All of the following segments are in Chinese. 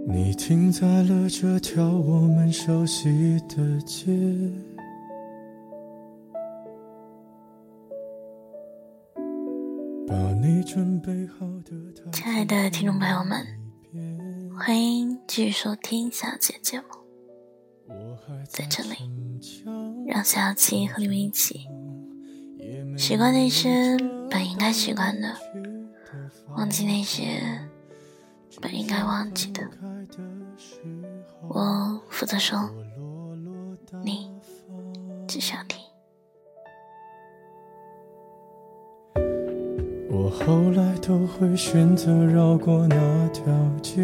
你停在了这条我们熟悉的街，把你准备好的。 亲爱的听众朋友们，欢迎继续收听小姐节目。在这里，让小七和你们一起习惯那些本应该习惯的，忘记那些本应该忘记的。我负责说，你只需要听。 我后来都会选择绕过那条街，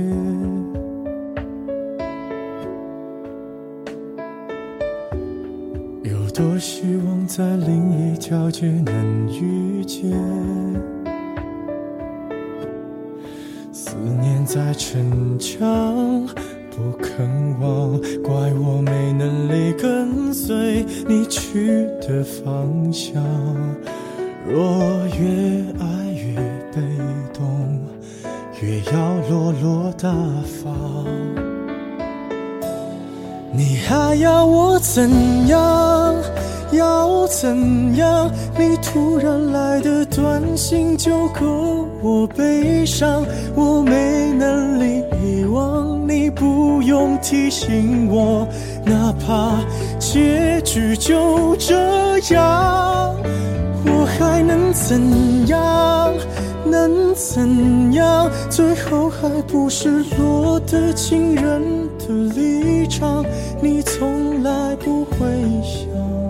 有多希望在另一条街能遇见，思念在逞强不肯忘，怪我没能力跟随你去的方向，若越爱越被动，越要落落大方。你还要我怎样？要怎样？你突然来的短信就够我悲伤，我没能力遗忘，你不用提醒我，哪怕结局就这样，我还能怎样？能怎样？最后还不是落得情人的立场，你从来不会想，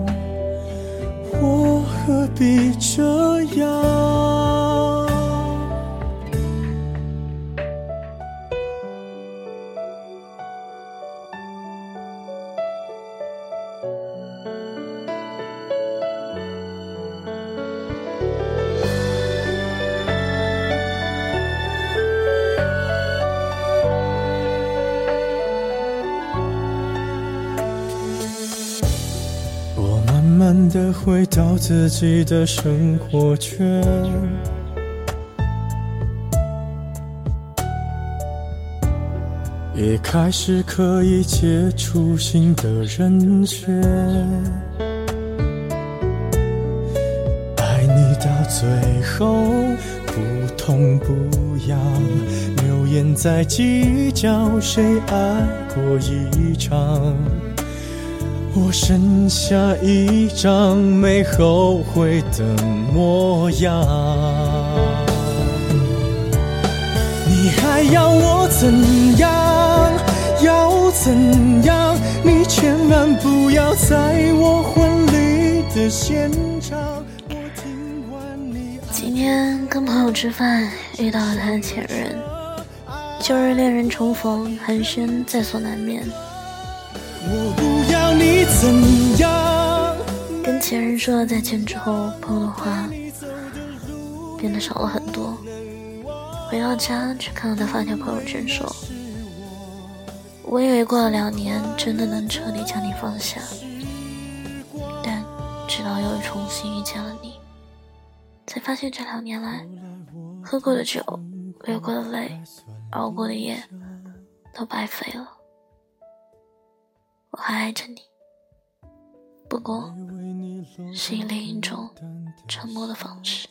我何必这样？慢慢地回到自己的生活圈，也开始可以接触新的人选，爱你到最后不痛不痒，流言在计较谁爱过一场，我剩下一张没后悔的模样。你还要我怎样？要怎样？你千万不要在我婚礼的现场。 今天跟朋友吃饭，遇到了他的前任，旧日恋人重逢，寒暄在所难免。 我不要你怎样？ 跟前任说了再见之后，朋友的话变得少了很多。回到家却看到他发条朋友圈说，我以为过了2年真的能彻底将你放下，但直到又重新遇见了你，才发现这2年来喝过的酒，流过的泪，熬过的夜都白费了。我还爱着你，不过是以另一种沉默的方式。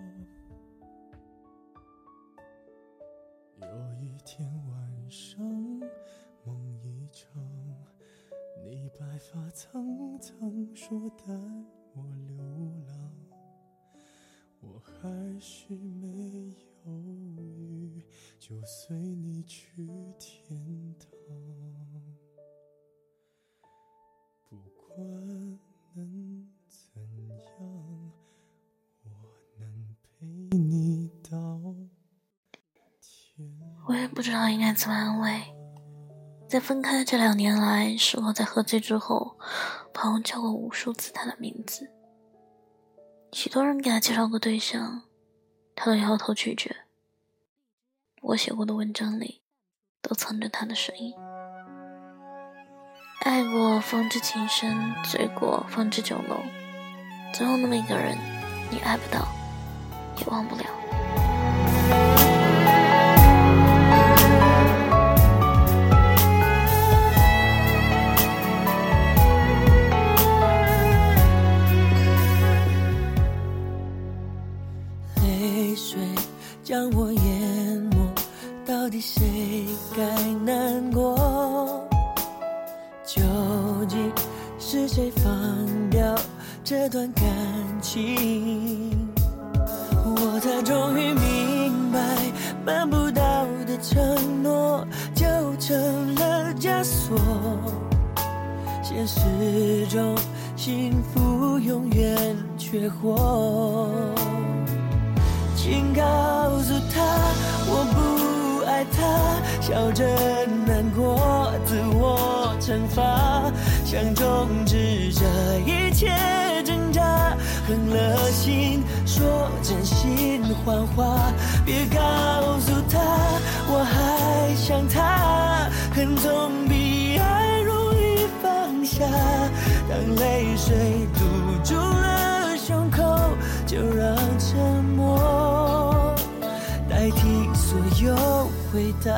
有一天晚上梦一场，你白发苍苍说带我流浪，我还是没犹豫就随你去天堂，不管能怎样，我能陪你到天。 我也不知道应该怎么安慰。在分开的这2年来，是我在喝醉之后，朋友叫过无数次他的名字。许多人给他介绍过对象，他都摇头拒绝。我写过的文章里，都藏着他的身影。爱过方知情深，醉过方知酒浓，总有那么一个人，你爱不到，也忘不了。 谁放掉这段感情？我才终于明白，办不到的承诺就成了枷锁。现实中幸福永远缺货。请告诉他我不爱他，笑着难过，自我惩罚，想终止这一切挣扎，狠了心说真心谎话，别告诉他我还想他，恨总比爱容易放下，当泪水堵住了胸口，就让沉默代替所有回答。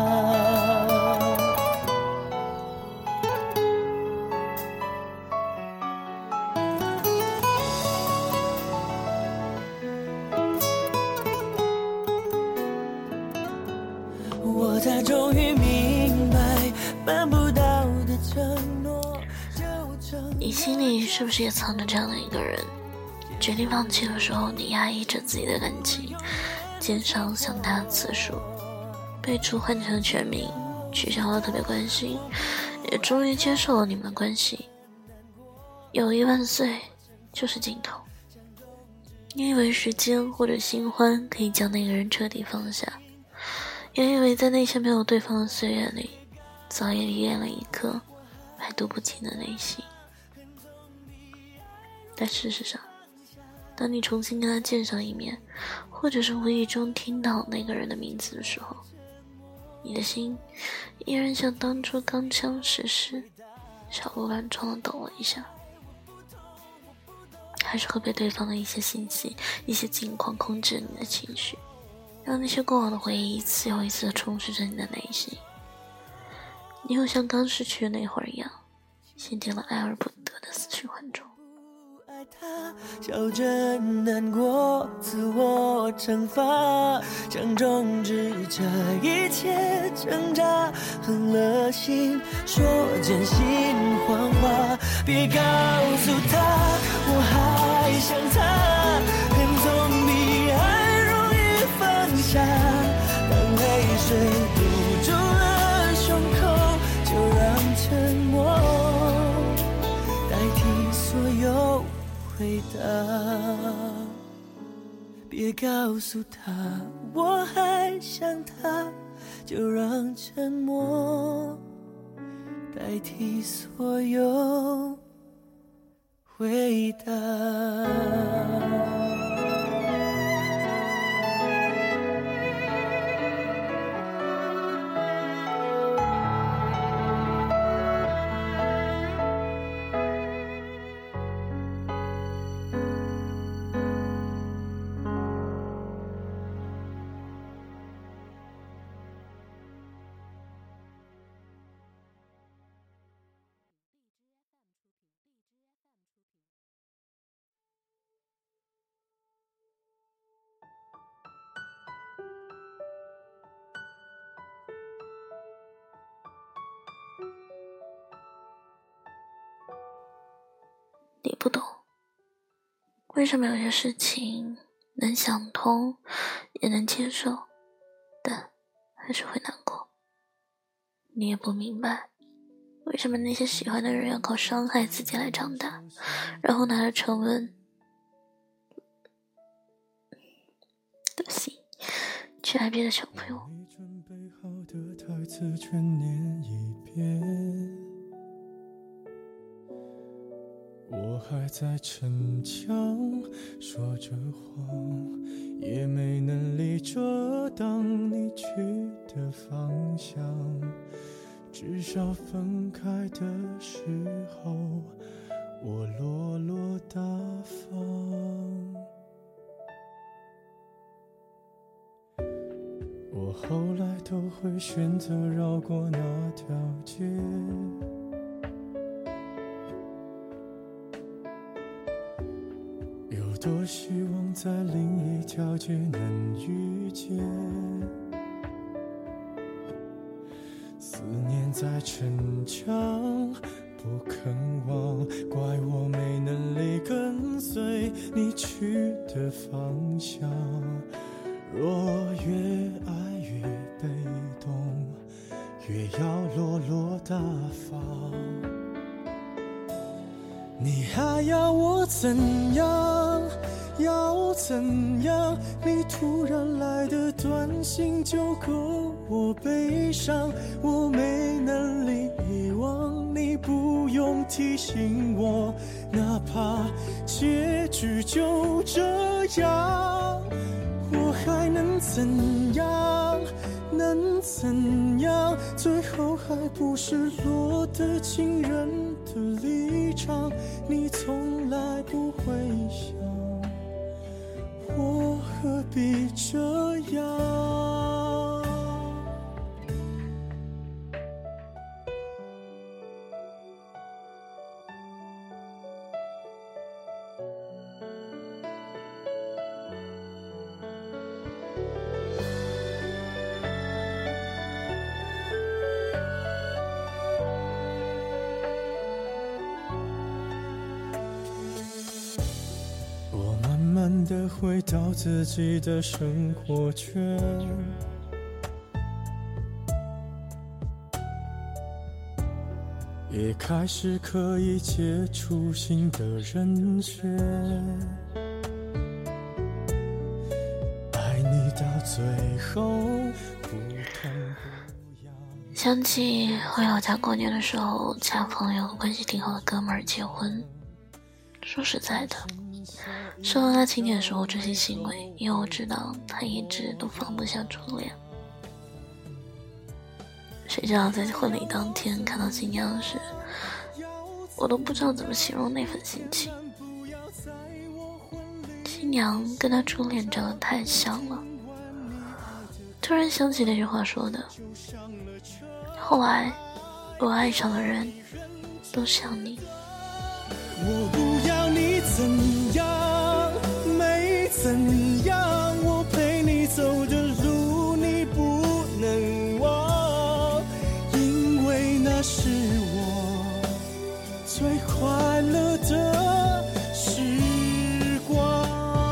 我才终于明白，办不到的承诺就成。 你心里是不是也藏着这样的一个人？决定放弃的时候，你压抑着自己的感情，减少想他的次数，备注换成了全名，取消了特别关心，也终于接受了你们的关系。友谊万岁就是尽头。你以为时间或者新欢可以将那个人彻底放下，也以为在那些没有对方的岁月里，早已历练了一颗百毒不侵的内心。但事实上，当你重新跟他见上一面，或者是无意中听到那个人的名字的时候，你的心依然像当初刚相识时小鹿乱撞的抖了一下，还是会被对方的一些信息、一些境况控制你的情绪，让那些过往的回忆一次又一次的充斥着你的内心。你又像刚失去的那会儿一样，陷进了爱而不得的死循环中。 笑着难过，自我惩罚，想终止这一切挣扎，狠了心说真心谎话，别告诉他我还想他，恨总比爱容易放下，当泪水堵住了胸口，就让沉默代替所有回答，别告诉他我还想他，就让沉默代替所有回答。 你不懂，为什么有些事情能想通，也能接受，但还是会难过。你也不明白，为什么那些喜欢的人要靠伤害自己来长大，然后拿着沉稳的心去爱别的小朋友。 准备好的台词全念一遍，我还在逞强说着谎，也没能力遮挡你去的方向，至少分开的时候我落落大方。我后来都会选择绕过那条街，有多希望在另一条街能遇见，思念在逞强不肯忘，光的方向。若越爱越被动，越要落落大方。你还要我怎样？要怎样？你突然来的短信就够我悲伤，我没能力遗忘，你不用提醒我，哪怕结局就这样，我还能怎样？能怎样？最后还不是落得情人的立场，你从来不会想，我何必这样？慢慢地回到自己的生活圈，也开始可以接触新的人选，爱你到最后不痛不痒。 想起回老家过年的时候，家朋友关系挺好的哥们儿结婚，说实在的，收到他请柬时候这些行为，因为我知道他一直都放不下初恋。谁知道在婚礼当天看到新娘时，我都不知道怎么形容那份心情。新娘跟他初恋长得太像了，突然想起那句话说的，后来我爱上的人都像你。 我不要你怎样，没怎样，我陪你走的路你不能忘，因为那是我最快乐的时光。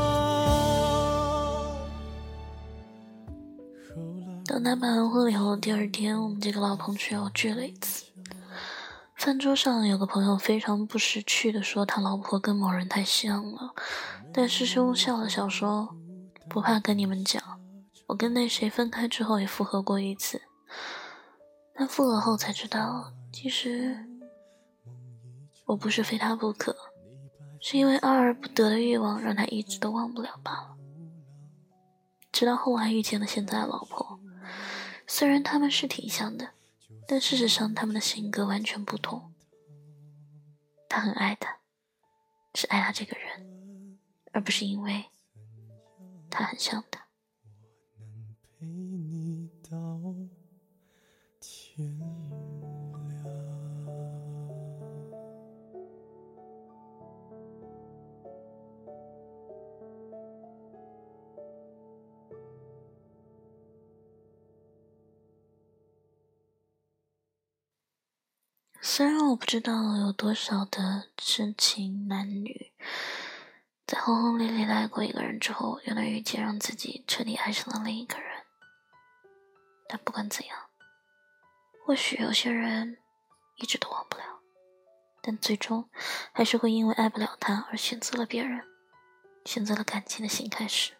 等他办完婚礼后，第二天我们几个老同学又聚了一次。饭桌上有个朋友非常不识趣地说他老婆跟某人太像了，但师兄笑了笑说，不怕跟你们讲，我跟那谁分开之后也复合过一次，但复合后才知道，其实我不是非他不可，是因为爱而不得的欲望让他一直都忘不了罢了。直到后来遇见了现在的老婆，虽然他们是挺像的，但事实上他们的性格完全不同。他很爱他，是爱他这个人，而不是因为他很像他。 我能陪你到天亮。 虽然我不知道有多少的痴情男女在轰轰烈烈的爱过一个人之后，又能遇见让自己彻底爱上了另一个人，但不管怎样，或许有些人一直都忘不了，但最终还是会因为爱不了他而选择了别人，选择了感情的新开始。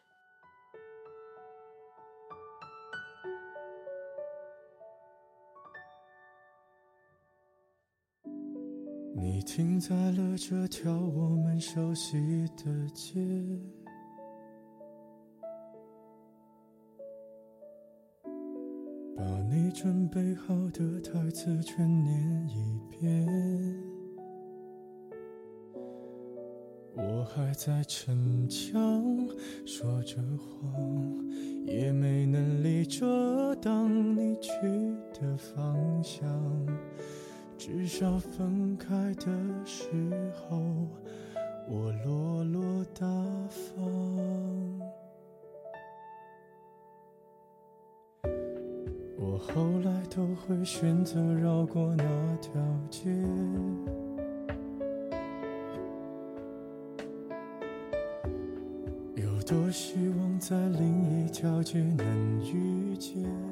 你停在了这条我们熟悉的街，把你准备好的台词全念一遍。我还在逞强说着谎，也没能力遮挡你去的方向，至少分开的时候我落落大方。我后来都会选择绕过那条街， 多希望在另一条街能遇见。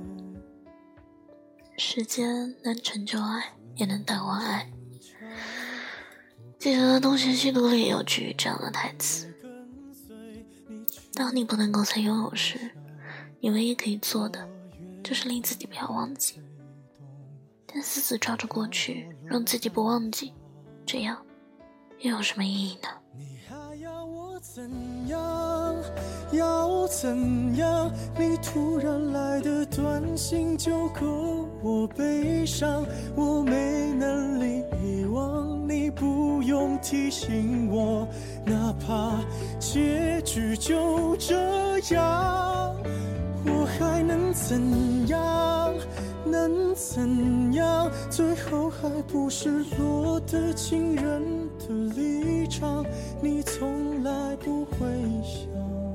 时间能成就爱，也能淡化爱。记得《东邪西毒》里有句这样的台词：当你不能够再拥有时，你唯一可以做的就是令自己不要忘记，但死死抓住过去，让自己不忘记，这样又有什么意义呢？ 你还要我怎样？要怎样？你突然来的短信就够我悲伤，我没能力遗忘，你不用提醒我，哪怕结局就这样，我还能怎样？能怎样？最后还不是落得情人的立场，你从来不会想。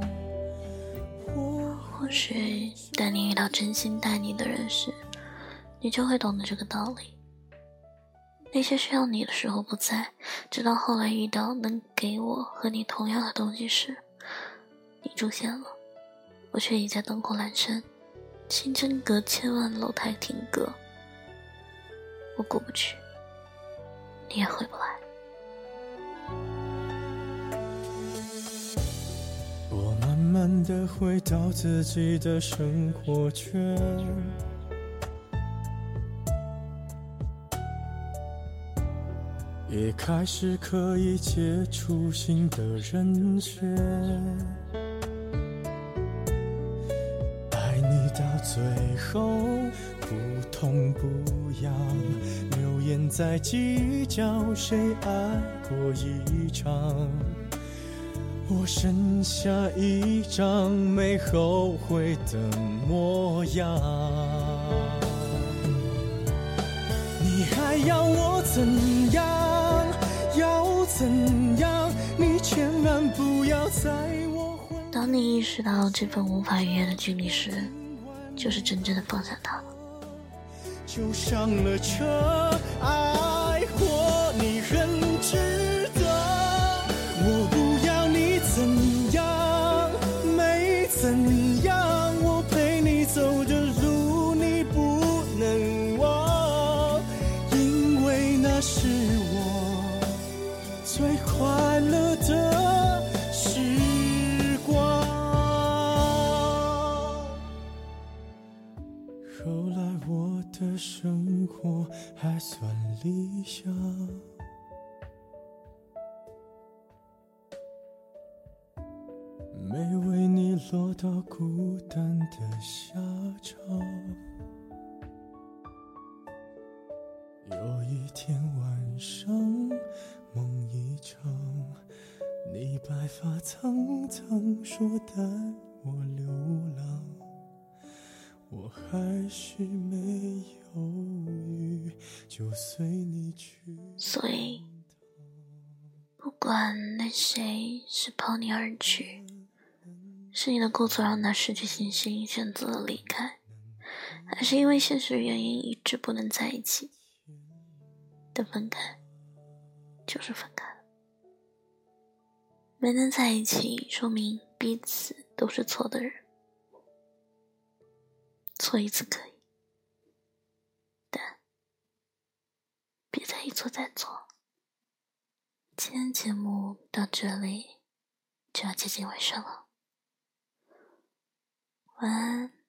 或许当你遇到真心待你的人时，你就会懂得这个道理。那些需要你的时候不在，直到后来遇到能给我和你同样的东西时，你出现了，我却已在灯火阑珊，心真隔千万楼台听歌。我过不去，你也回不来。 我慢慢地回到自己的生活圈，也开始可以接触新的人选。爱你到最后不痛不痒，流言在计较谁爱过一场，我剩下一张没后悔的模样。你还要我怎样？要怎样？你千万不要在我当你意识到这份无法逾越的距离时，就是真正的放下它了。 就上了车，爱过你很值得。我不要你怎样，没怎样，我陪你走的路你不能忘，因为那是我最快乐的时光。后来我的生活还算理想，没为你落到孤单的下场。有一天晚上梦一场，你白发苍苍说带我流浪，我还是没犹豫就随你去。 所以不管那谁是抛你而去，是你的过错让他失去信心选择了离开，还是因为现实原因一直不能在一起，但分开就是分开了。没能在一起说明彼此都是错的人，错一次可以，但别再一错再错。今天节目到这里就要接近尾声了，晚安。